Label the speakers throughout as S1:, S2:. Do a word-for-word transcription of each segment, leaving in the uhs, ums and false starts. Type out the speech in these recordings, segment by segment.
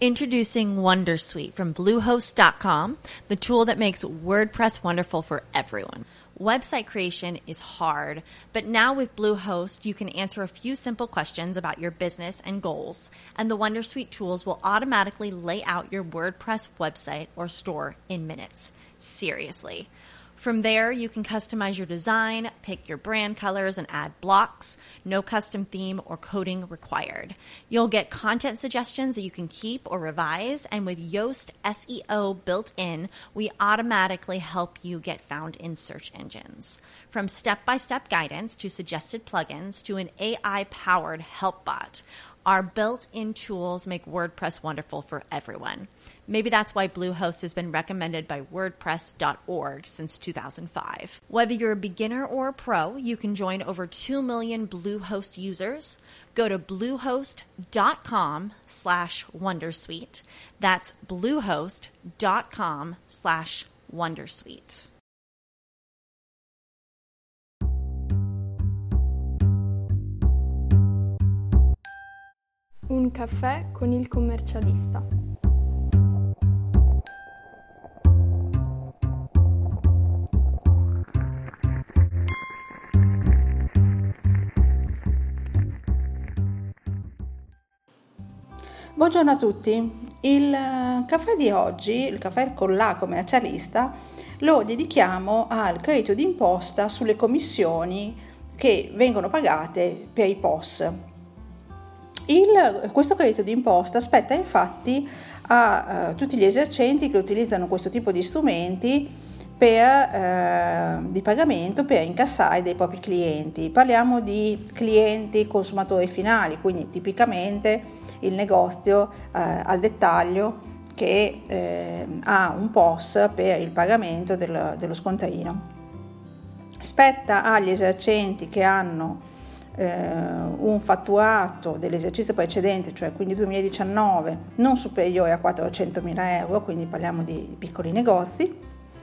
S1: Introducing Wondersuite from Bluehost dot com, the tool that makes WordPress wonderful for everyone. Website creation is hard, but now with Bluehost, you can answer a few simple questions about your business and goals, and the Wondersuite tools will automatically lay out your WordPress website or store in minutes. Seriously. From there, you can customize your design, pick your brand colors, and add blocks. No custom theme or coding required. You'll get content suggestions that you can keep or revise, and with Yoast S E O built in, we automatically help you get found in search engines. From step-by-step guidance to suggested plugins to an A I-powered help bot, our built-in tools make WordPress wonderful for everyone. Maybe that's why Bluehost has been recommended by WordPress dot org since two thousand five. Whether you're a beginner or a pro, you can join over two million Bluehost users. Go to bluehost dot com slash wondersuite. That's bluehost dot com slash wondersuite.
S2: Un caffè con il commercialista.
S3: Buongiorno a tutti. Il caffè di oggi, il caffè con la commercialista, lo dedichiamo al credito d'imposta sulle commissioni che vengono pagate per i P O S. Il, questo credito d'imposta spetta infatti a uh, tutti gli esercenti che utilizzano questo tipo di strumenti per, uh, di pagamento per incassare dei propri clienti. Parliamo di clienti consumatori finali, quindi tipicamente il negozio uh, al dettaglio che uh, ha un P O S per il pagamento del, dello scontrino. Spetta agli esercenti che hanno Uh, un fatturato dell'esercizio precedente, cioè quindi duemiladiciannove, non superiore a quattrocentomila euro, quindi parliamo di piccoli negozi.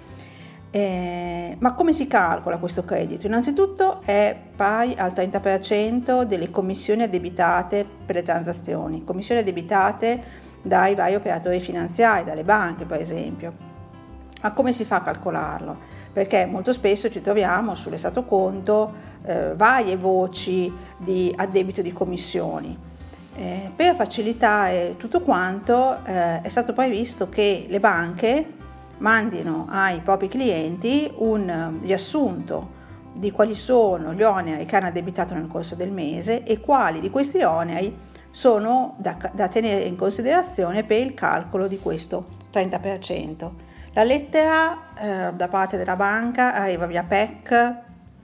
S3: Eh, ma come si calcola questo credito? Innanzitutto è pari al trenta per cento delle commissioni addebitate per le transazioni, commissioni addebitate dai vari operatori finanziari, dalle banche per esempio. Ma come si fa a calcolarlo? Perché molto spesso ci troviamo sull'estato conto eh, varie voci di addebito di commissioni. Eh, per facilitare tutto quanto eh, è stato previsto che le banche mandino ai propri clienti un riassunto di quali sono gli oneri che hanno addebitato nel corso del mese e quali di questi oneri sono da, da tenere in considerazione per il calcolo di questo trenta per cento. La lettera eh, da parte della banca arriva via P E C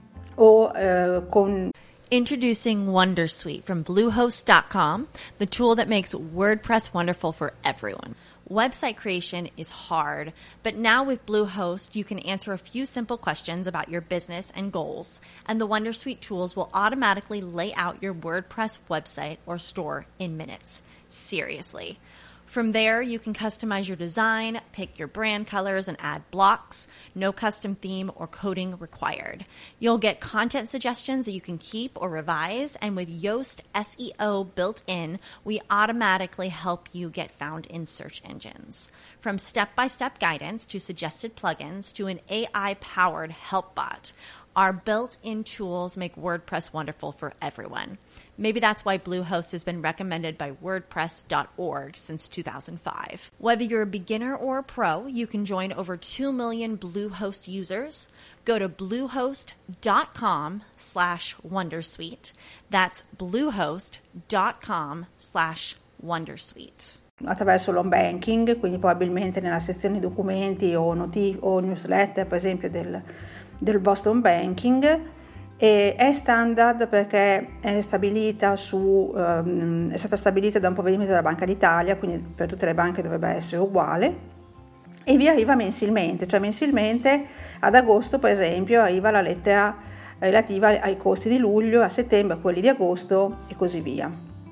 S3: o eh, con...
S1: Introducing Wondersuite from Bluehost dot com, the tool that makes WordPress wonderful for everyone. Website creation is hard, but now with Bluehost, you can answer a few simple questions about your business and goals, and the Wondersuite tools will automatically lay out your WordPress website or store in minutes. Seriously. From there, you can customize your design, pick your brand colors, and add blocks. No custom theme or coding required. You'll get content suggestions that you can keep or revise, and with Yoast S E O built in, we automatically help you get found in search engines. From step-by-step guidance to suggested plugins to an A I-powered help bot, our built-in tools make WordPress wonderful for everyone. Maybe that's why Bluehost has been recommended by WordPress dot org since two thousand five. Whether you're a beginner or a pro, you can join over two million Bluehost users. Go to bluehost dot com slash wondersuite. That's bluehost dot com slash wondersuite.
S3: Attraverso l'home banking, quindi probabilmente nella sezione documenti o, noti- o newsletter, per esempio, del del vostro home banking, e è standard perché è stabilita su um, è stata stabilita da un provvedimento della Banca d'Italia, quindi per tutte le banche dovrebbe essere uguale, e vi arriva mensilmente, cioè mensilmente ad agosto per esempio arriva la lettera relativa ai costi di luglio, a settembre a quelli di agosto e così via.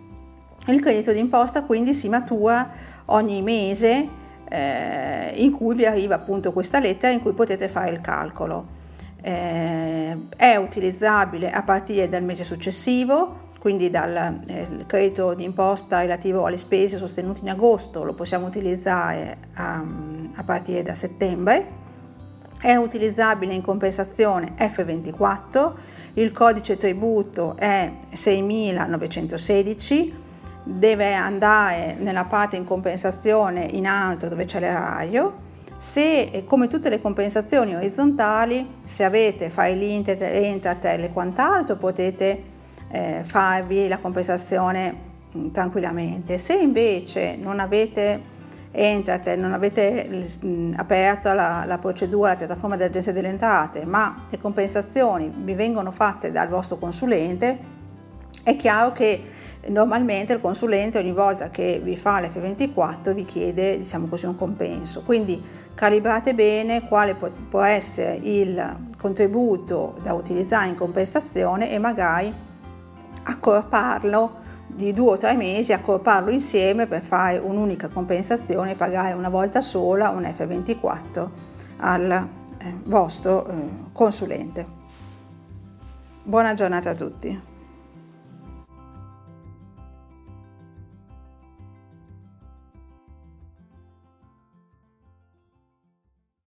S3: Il credito d'imposta quindi si matura ogni mese eh, in cui vi arriva appunto questa lettera in cui potete fare il calcolo. Eh, è utilizzabile a partire dal mese successivo quindi dal eh, credito d'imposta relativo alle spese sostenute in agosto lo possiamo utilizzare a, a partire da settembre. È utilizzabile in compensazione F ventiquattro, il codice tributo è seimilanovecentosedici, deve andare nella parte in compensazione in alto dove c'è l'erario. Se, come tutte le compensazioni orizzontali, se avete file Intetel, Entratel e quant'altro, potete eh, farvi la compensazione mh, tranquillamente. Se invece non avete Entratel, non avete mh, aperta la, la procedura, la piattaforma dell'Agenzia delle Entrate, ma le compensazioni vi vengono fatte dal vostro consulente, è chiaro che normalmente il consulente ogni volta che vi fa l'F ventiquattro vi chiede, diciamo così, un compenso. Quindi calibrate bene quale può essere il contributo da utilizzare in compensazione e magari accorparlo di due o tre mesi, accorparlo insieme per fare un'unica compensazione e pagare una volta sola un F ventiquattro al eh, vostro eh, consulente. Buona giornata a tutti.